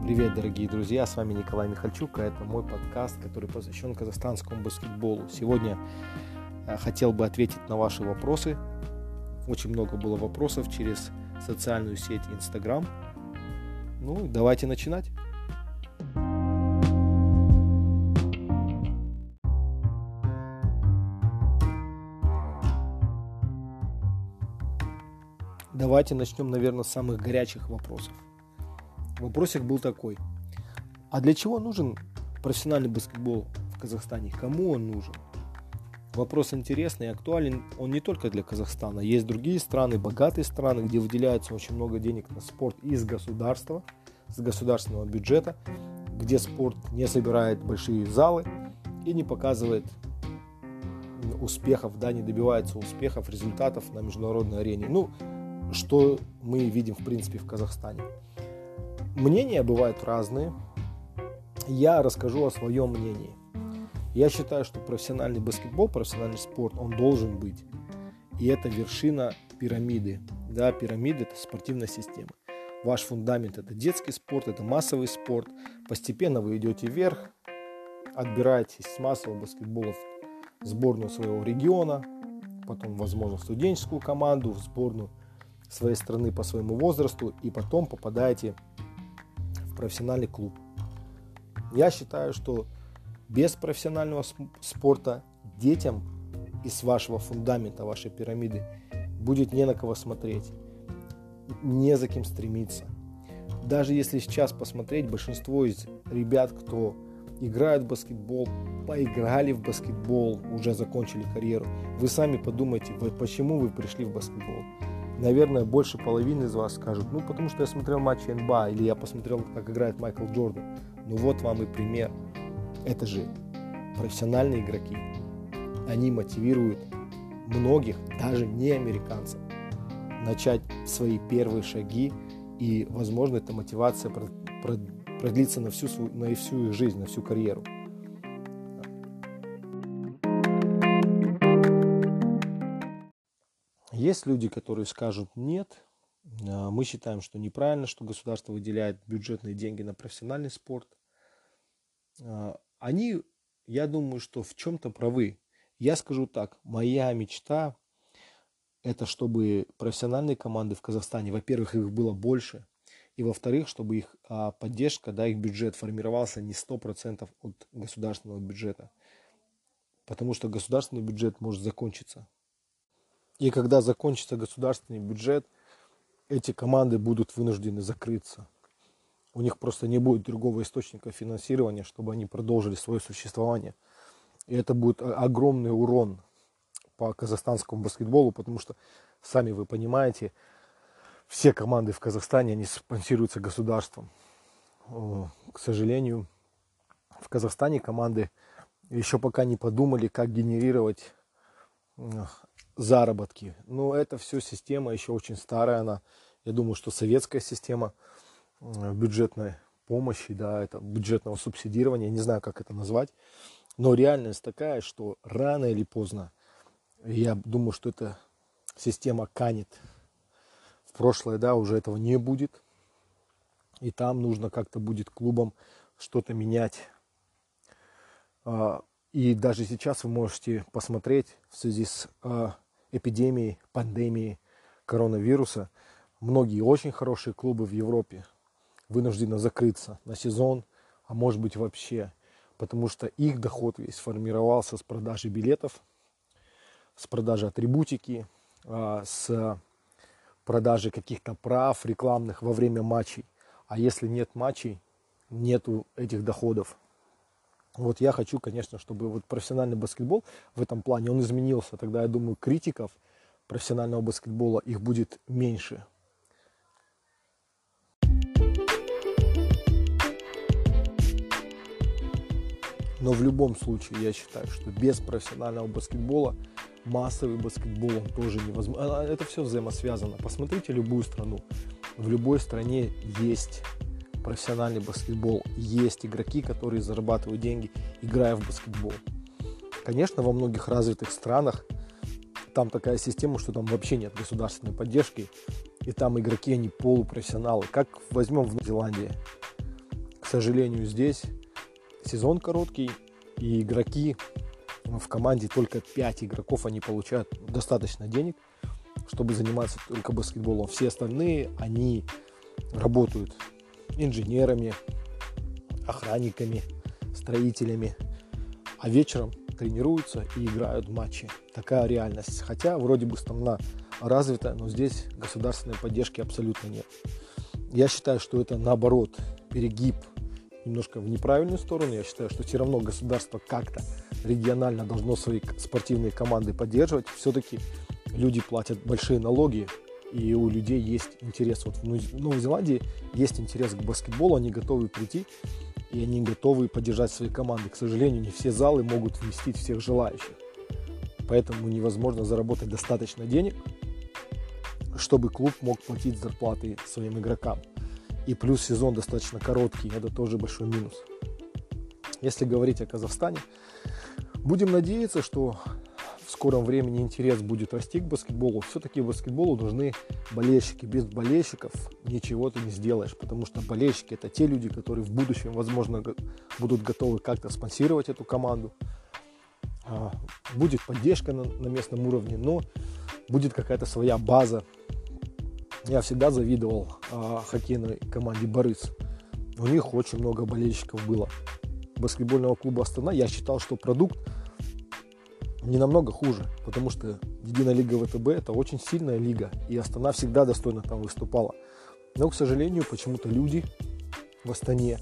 Привет, дорогие друзья, с вами Николай Михальчук, а это мой подкаст, который посвящен казахстанскому баскетболу. Сегодня хотел бы ответить на ваши вопросы. Очень много было вопросов через социальную сеть Instagram. Давайте начинать. Давайте начнем, наверное, с самых горячих вопросов. Вопросик был такой: а для чего нужен профессиональный баскетбол в Казахстане? Кому он нужен? Вопрос интересный и актуален. Он не только для Казахстана. Есть другие страны, богатые страны, где выделяется очень много денег на спорт из государства, с государственного бюджета, где спорт не собирает большие залы и не показывает успехов, не добивается успехов, результатов на международной арене. Что мы видим, в принципе, в Казахстане. Мнения бывают разные. Я расскажу о своем мнении. Я считаю, что профессиональный баскетбол, профессиональный спорт, он должен быть. И это вершина пирамиды. Пирамида – это спортивная система. Ваш фундамент – это детский спорт, это массовый спорт. Постепенно вы идете вверх, отбираетесь с массового баскетбола в сборную своего региона, потом, возможно, в студенческую команду, в сборную своей страны по своему возрасту, и потом попадаете в профессиональный клуб. Я считаю, что без профессионального спорта детям из вашего фундамента, вашей пирамиды будет не на кого смотреть, не за кем стремиться. Даже если сейчас посмотреть, большинство из ребят, кто играют в баскетбол, поиграли в баскетбол, уже закончили карьеру, вы сами подумайте, почему вы пришли в баскетбол. Наверное, больше половины из вас скажут: потому что я смотрел матчи НБА, или я посмотрел, как играет Майкл Джордан. Вот вам и пример. Это же профессиональные игроки. Они мотивируют многих, даже не американцев, начать свои первые шаги. И, возможно, эта мотивация продлится на всю их жизнь, на всю карьеру. Есть люди, которые скажут: нет, мы считаем, что неправильно, что государство выделяет бюджетные деньги на профессиональный спорт. Они, я думаю, что в чем-то правы. Я скажу так: моя мечта – это чтобы профессиональные команды в Казахстане, во-первых, их было больше, и во-вторых, чтобы их поддержка, их бюджет формировался не 100% от государственного бюджета. Потому что государственный бюджет может закончиться. И когда закончится государственный бюджет, эти команды будут вынуждены закрыться. У них просто не будет другого источника финансирования, чтобы они продолжили свое существование. И это будет огромный урон по казахстанскому баскетболу, потому что, сами вы понимаете, все команды в Казахстане, они спонсируются государством. К сожалению, в Казахстане команды еще пока не подумали, как генерировать заработки. Но это все система еще очень старая. Я думаю, что советская система бюджетной помощи, это бюджетного субсидирования, я не знаю, как это назвать. Но реальность такая, что рано или поздно, я думаю, что эта система канет в прошлое, уже этого не будет. И там нужно как-то будет клубам что-то менять. И даже сейчас вы можете посмотреть в связи с эпидемией, пандемией коронавируса, многие очень хорошие клубы в Европе вынуждены закрыться на сезон, а может быть вообще, потому что их доход весь формировался с продажи билетов, с продажи атрибутики, с продажи каких-то прав рекламных во время матчей. А если нет матчей, нету этих доходов. Я хочу, конечно, чтобы профессиональный баскетбол в этом плане, он изменился. Тогда, я думаю, критиков профессионального баскетбола, их будет меньше. Но в любом случае, я считаю, что без профессионального баскетбола массовый баскетбол, он тоже невозможно. Это все взаимосвязано. Посмотрите любую страну. В любой стране есть профессиональный баскетбол, есть игроки, которые зарабатывают деньги, играя в баскетбол. Конечно, во многих развитых странах там такая система, что там вообще нет государственной поддержки, и там игроки, они полупрофессионалы. Как возьмем в Новой Зеландии. сожалению, здесь сезон короткий, и игроки в команде, только 5 игроков, они получают достаточно денег, чтобы заниматься только баскетболом. Все остальные, они работают инженерами, охранниками, строителями, а вечером тренируются и играют матчи. Такая реальность. Хотя вроде бы страна развитая, но здесь государственной поддержки абсолютно нет. Я считаю, что это наоборот перегиб немножко в неправильную сторону. Я считаю, что все равно государство как-то регионально должно свои спортивные команды поддерживать. Все-таки люди платят большие налоги, и у людей есть интерес. Вот в Новой Зеландии есть интерес к баскетболу, они готовы прийти, и они готовы поддержать свои команды. К сожалению, не все залы могут вместить всех желающих. Поэтому невозможно заработать достаточно денег, чтобы клуб мог платить зарплаты своим игрокам. И плюс сезон достаточно короткий, это тоже большой минус. Если говорить о Казахстане, будем надеяться, что в скором времени интерес будет расти к баскетболу. Все-таки баскетболу нужны болельщики. Без болельщиков ничего ты не сделаешь, потому что болельщики — это те люди, которые в будущем, возможно, будут готовы как-то спонсировать эту команду. Будет поддержка на местном уровне, но будет какая-то своя база. Я всегда завидовал хоккейной команде «Борис». У них очень много болельщиков было. Баскетбольного клуба «Астана» я считал, что продукт не намного хуже, потому что Единая лига ВТБ — это очень сильная лига, и Астана всегда достойно там выступала. Но, к сожалению, почему-то люди в Астане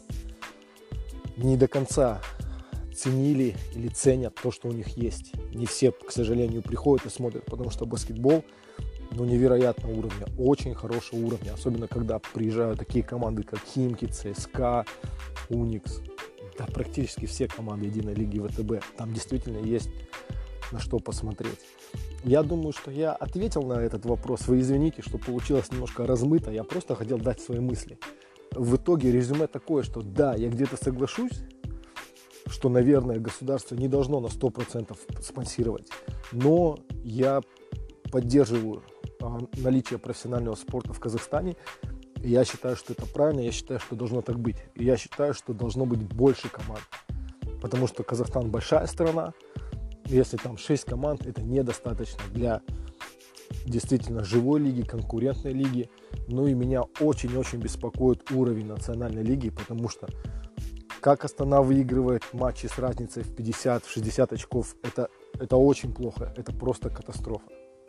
не до конца ценили или ценят то, что у них есть. Не все, к сожалению, приходят и смотрят, потому что баскетбол невероятного уровня, очень хорошего уровня, особенно когда приезжают такие команды, как Химки, ЦСКА, Уникс, да практически все команды Единой лиги ВТБ. Там действительно есть на что посмотреть. Я думаю, что я ответил на этот вопрос. Вы извините, что получилось немножко размыто. Я просто хотел дать свои мысли. В итоге резюме такое, что да, я где-то соглашусь, что, наверное, государство не должно на 100% спонсировать. Но я поддерживаю наличие профессионального спорта в Казахстане. И я считаю, что это правильно. Я считаю, что должно так быть. И я считаю, что должно быть больше команд. Потому что Казахстан большая страна. Если там 6 команд, это недостаточно для действительно живой лиги, конкурентной лиги. Ну и меня очень-очень беспокоит уровень национальной лиги, потому что как Астана выигрывает матчи с разницей в 50-60 очков, это очень плохо, это просто катастрофа.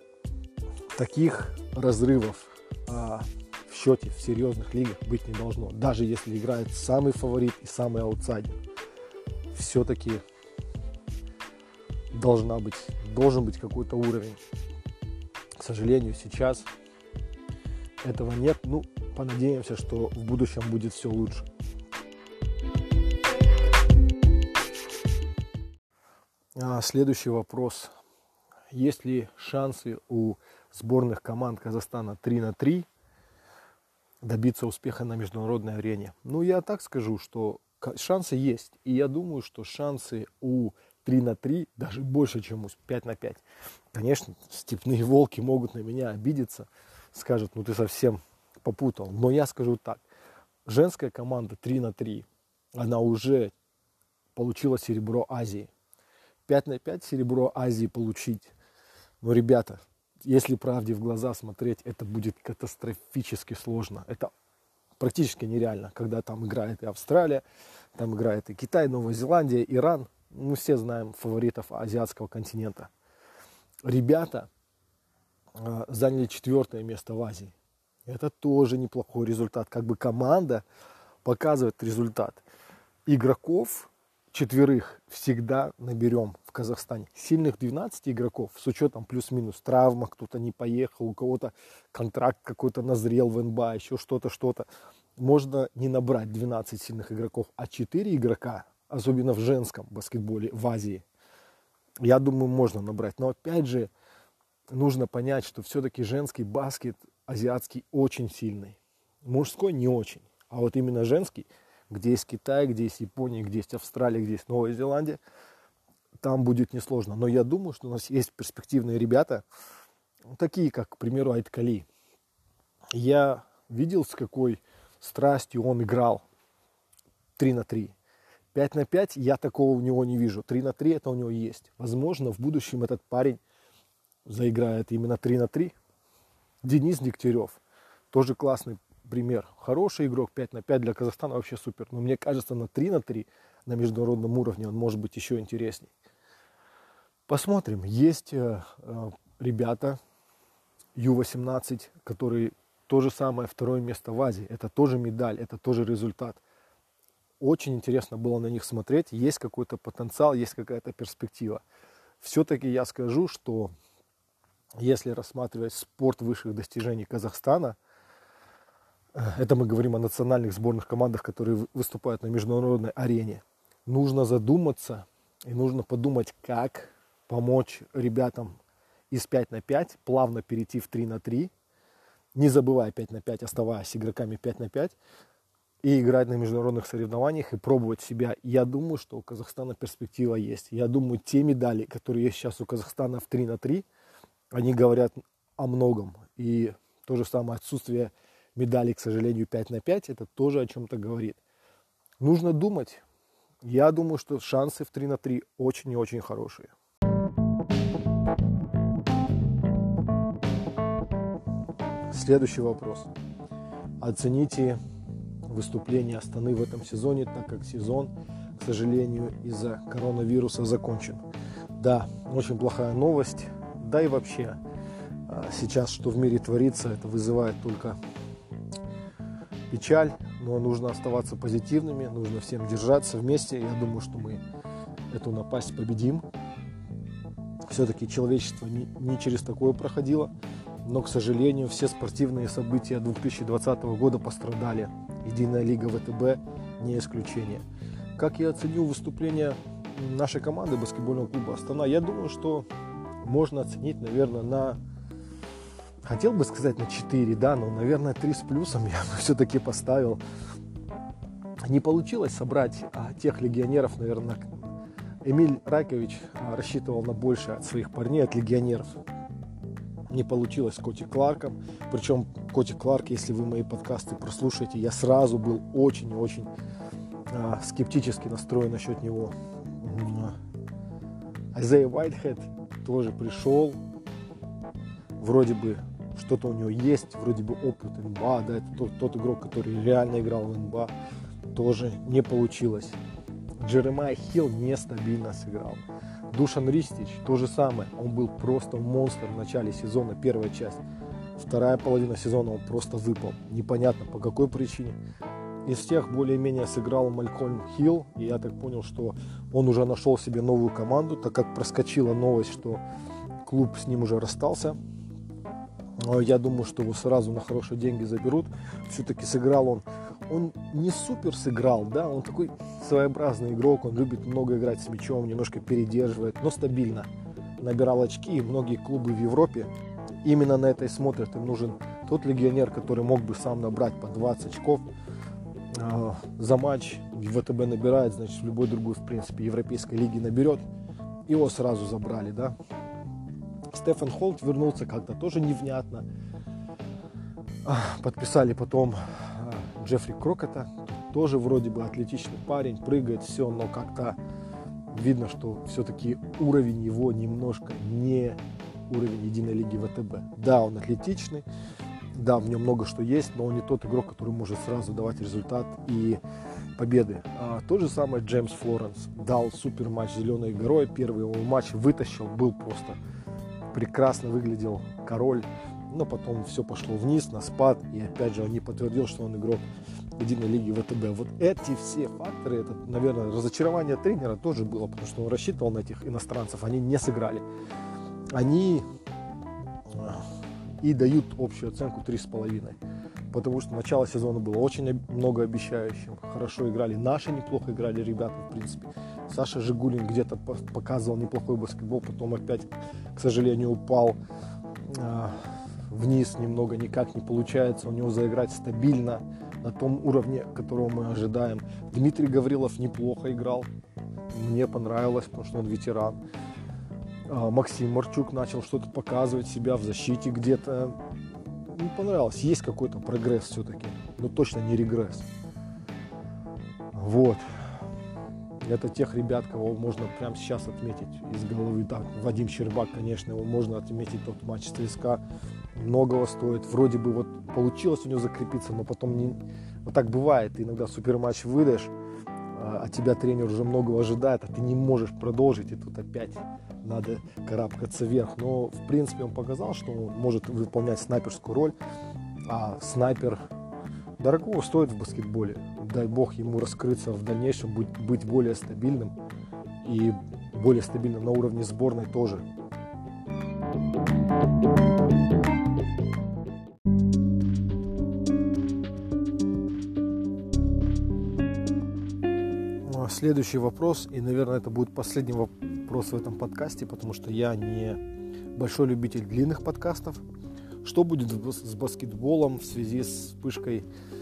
Таких разрывов в счете в серьезных лигах быть не должно. Даже если играет самый фаворит и самый аутсайдер, все-таки должен быть какой-то уровень. К сожалению, сейчас этого нет. Ну, понадеемся, что в будущем будет все лучше. Следующий вопрос. Есть ли шансы у сборных команд Казахстана 3-3 добиться успеха на международной арене? Ну, я так скажу, что шансы есть. И я думаю, что шансы у 3-3 даже больше, чем у 5-5. Конечно, степные волки могут на меня обидеться, скажут, ну ты совсем попутал. Но я скажу так. Женская команда 3-3, она уже получила серебро Азии. 5-5 серебро Азии получить. Но, ребята, если правде в глаза смотреть, это будет катастрофически сложно. Это практически нереально, когда там играет и Австралия, там играет и Китай, Новая Зеландия, Иран. Мы все знаем фаворитов азиатского континента. Ребята заняли 4 место в Азии. Это тоже неплохой результат. Как бы команда показывает результат. Игроков 4 всегда наберем в Казахстане. Сильных 12 игроков, с учетом плюс-минус травма, кто-то не поехал, у кого-то контракт какой-то назрел в НБА, еще что-то. Можно не набрать 12 сильных игроков, а 4 игрока, особенно в женском баскетболе в Азии, я думаю, можно набрать. Но опять же, нужно понять, что все-таки женский баскет азиатский очень сильный. Мужской не очень. А вот именно женский, где есть Китай, где есть Япония, где есть Австралия, где есть Новая Зеландия, там будет несложно. Но я думаю, что у нас есть перспективные ребята, такие как, к примеру, Айткали. Я видел, с какой страстью он играл. 3-3. 5-5 я такого у него не вижу. 3-3 это у него есть. Возможно, в будущем этот парень заиграет именно 3-3. Денис Дегтярев. Тоже классный пример. Хороший игрок, 5-5 для Казахстана вообще супер. Но мне кажется, на 3-3 на международном уровне он может быть еще интересней. Посмотрим. Есть ребята Ю-18, которые то же самое, второе место в Азии. Это тоже медаль, это тоже результат. Очень интересно было на них смотреть. Есть какой-то потенциал, есть какая-то перспектива. Все-таки я скажу, что если рассматривать спорт высших достижений Казахстана, это мы говорим о национальных сборных командах, которые выступают на международной арене, нужно задуматься и нужно подумать, как помочь ребятам из 5-5 плавно перейти в 3-3, не забывая 5-5, оставаясь игроками 5-5, и играть на международных соревнованиях и пробовать себя. Я думаю, что у Казахстана перспектива есть. Я думаю, те медали, которые есть сейчас у Казахстана в 3-3, они говорят о многом. И то же самое отсутствие медалей, к сожалению, 5-5, это тоже о чем-то говорит. Нужно думать. Я думаю, что шансы в 3-3 очень и очень хорошие. Следующий вопрос. Оцените выступление Астаны в этом сезоне, так как сезон, к сожалению, из-за коронавируса закончен. Да, очень плохая новость. Да и вообще, сейчас, что в мире творится, это вызывает только печаль. Но нужно оставаться позитивными, нужно всем держаться вместе. Я думаю, что мы эту напасть победим. Все-таки человечество не через такое проходило. Но, к сожалению, все спортивные события 2020 года пострадали. Единая лига ВТБ не исключение. Как я оценил выступление нашей команды баскетбольного клуба Астана? Я думаю, что можно оценить, наверное, на... Хотел бы сказать на 4, да, но, наверное, 3 с плюсом я бы все-таки поставил. Не получилось собрать тех легионеров, наверное. Эмиль Ракович рассчитывал на больше от своих парней, от легионеров. Не получилось с Коти Кларком. Причем Коти Кларк, если вы мои подкасты прослушаете, я сразу был очень и очень скептически настроен насчет него. Айзея Уайтхед тоже пришел. Вроде бы что-то у него есть, вроде бы опыт НБА, да, это тот игрок, который реально играл в НБА. Тоже не получилось. Джеремайя Хилл нестабильно сыграл. Душан Ристич, то же самое. Он был просто монстр в начале сезона, первая часть. Вторая половина сезона он просто выпал. Непонятно по какой причине. Из тех более-менее сыграл Малькольм Хилл. И я так понял, что он уже нашел себе новую команду, так как проскочила новость, что клуб с ним уже расстался. Но я думаю, что его сразу на хорошие деньги заберут. Все-таки сыграл он не супер сыграл, да, он такой своеобразный игрок, он любит много играть с мячом, немножко передерживает, но стабильно набирал очки, и многие клубы в Европе именно на это и смотрят. Им нужен тот легионер, который мог бы сам набрать по 20 очков за матч. В ВТБ набирает, значит, в любой другой, в принципе, европейской лиге наберет. Его сразу забрали, да. Стефан Холт вернулся как-то тоже невнятно. Подписали потом Джеффри Крокета, тоже вроде бы атлетичный парень, прыгает все, но как-то видно, что все-таки уровень его немножко не уровень единой лиги ВТБ. Да, он атлетичный, да, в нем много что есть, но он не тот игрок, который может сразу давать результат и победы. То же самое Джеймс Флоренс дал супер матч с Зеленой горой, первый его матч вытащил, был просто прекрасно, выглядел король. Но потом все пошло вниз, на спад. И опять же он не подтвердил, что он игрок единой лиги ВТБ. Вот эти все факторы, это, наверное, разочарование тренера тоже было, потому что он рассчитывал на этих иностранцев, они не сыграли. Они и дают общую оценку 3,5. Потому что начало сезона было очень многообещающим. Хорошо играли, наши неплохо играли ребята, в принципе. Саша Жигулин где-то показывал неплохой баскетбол, потом опять, к сожалению, упал вниз немного, никак не получается у него заиграть стабильно на том уровне, которого мы ожидаем. Дмитрий Гаврилов неплохо играл, мне понравилось, потому что он ветеран. Максим Марчук начал что-то показывать себя в защите где-то. Не понравилось, есть какой-то прогресс все-таки, но точно не регресс. Вот. Это тех ребят, кого можно прямо сейчас отметить из головы. Так, Вадим Щербак, конечно, его можно отметить. Тот матч с ЦСКА многого стоит. Вроде бы вот получилось у него закрепиться, но потом не... Вот так бывает. Ты иногда суперматч выдаешь, а тебя тренер уже многого ожидает, а ты не можешь продолжить. И тут опять надо карабкаться вверх. Но, в принципе, он показал, что он может выполнять снайперскую роль. А снайпер дорого стоит в баскетболе. Дай бог ему раскрыться в дальнейшем, быть более стабильным. И более стабильным на уровне сборной тоже. Следующий вопрос, и, наверное, это будет последний вопрос в этом подкасте, потому что я не большой любитель длинных подкастов. Что будет с баскетболом в связи с вспышкой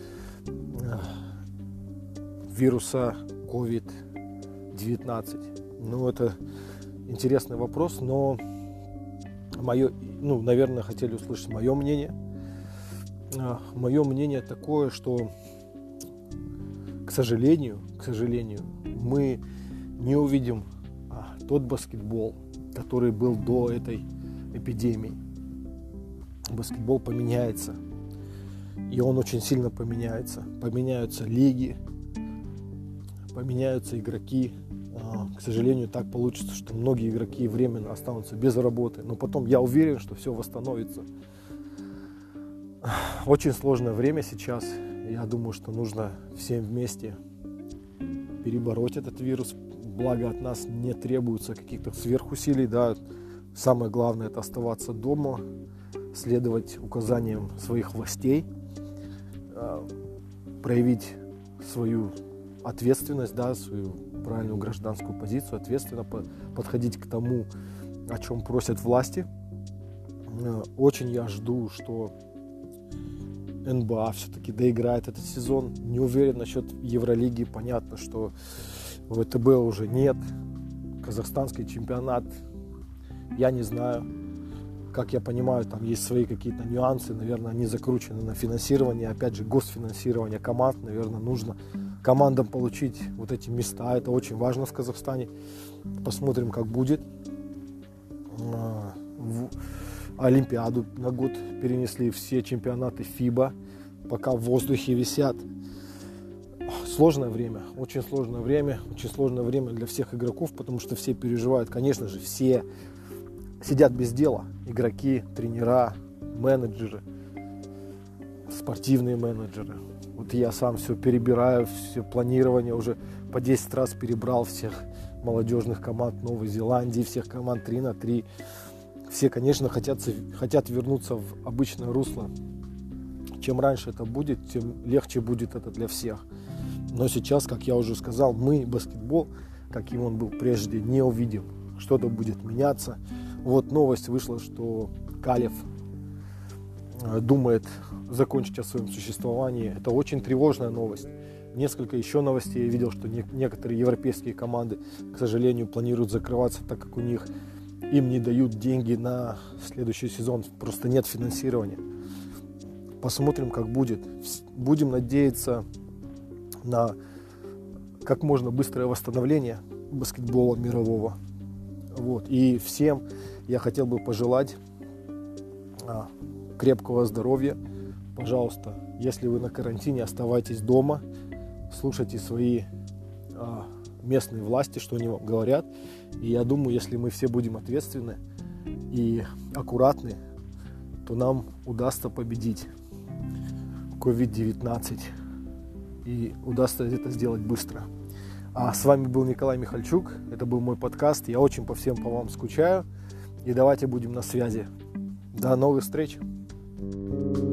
вируса COVID-19? Ну, это интересный вопрос, но наверное, хотели услышать мое мнение. Мое мнение такое, что, к сожалению, мы не увидим тот баскетбол, который был до этой эпидемии. Баскетбол поменяется, и он очень сильно поменяется. Поменяются лиги, поменяются игроки. К сожалению, так получится, что многие игроки временно останутся без работы, но потом я уверен, что все восстановится. Очень сложное время сейчас. Я думаю, что нужно всем вместе перебороть этот вирус. Благо от нас не требуется каких-то сверхусилий. Да. Самое главное — это оставаться дома, следовать указаниям своих властей, проявить свою ответственность, да, свою правильную гражданскую позицию, ответственно подходить к тому, о чем просят власти. Очень я жду, что НБА все-таки доиграет этот сезон. Не уверен насчет Евролиги. Понятно, что ВТБ уже нет. Казахстанский чемпионат, я не знаю. Как я понимаю, там есть свои какие-то нюансы. Наверное, они закручены на финансирование. Опять же, госфинансирование команд. Наверное, нужно командам получить вот эти места. Это очень важно в Казахстане. Посмотрим, как будет. Олимпиаду на год перенесли, все чемпионаты ФИБА пока в воздухе висят. Сложное время, очень сложное время для всех игроков, потому что все переживают. Конечно же, все сидят без дела. Игроки, тренера, менеджеры, спортивные менеджеры. Вот я сам все перебираю, все планирование уже по 10 раз перебрал всех молодежных команд Новой Зеландии, всех команд 3-3. Все, конечно, хотят вернуться в обычное русло. Чем раньше это будет, тем легче будет это для всех. Но сейчас, как я уже сказал, мы баскетбол, каким он был прежде, не увидим. Что-то будет меняться. Вот новость вышла, что Калев думает закончить о своем существовании. Это очень тревожная новость. Несколько еще новостей я видел, что некоторые европейские команды, к сожалению, планируют закрываться, так как им не дают деньги на следующий сезон, просто нет финансирования. Посмотрим, как будет. Будем надеяться на как можно быстрое восстановление баскетбола мирового. Вот. И всем я хотел бы пожелать крепкого здоровья. Пожалуйста, если вы на карантине, оставайтесь дома, слушайте свои местные власти, что они вам говорят. И я думаю, если мы все будем ответственны и аккуратны, то нам удастся победить COVID-19. И удастся это сделать быстро. А с вами был Николай Михальчук. Это был мой подкаст. Я очень по вам скучаю. И давайте будем на связи. До новых встреч.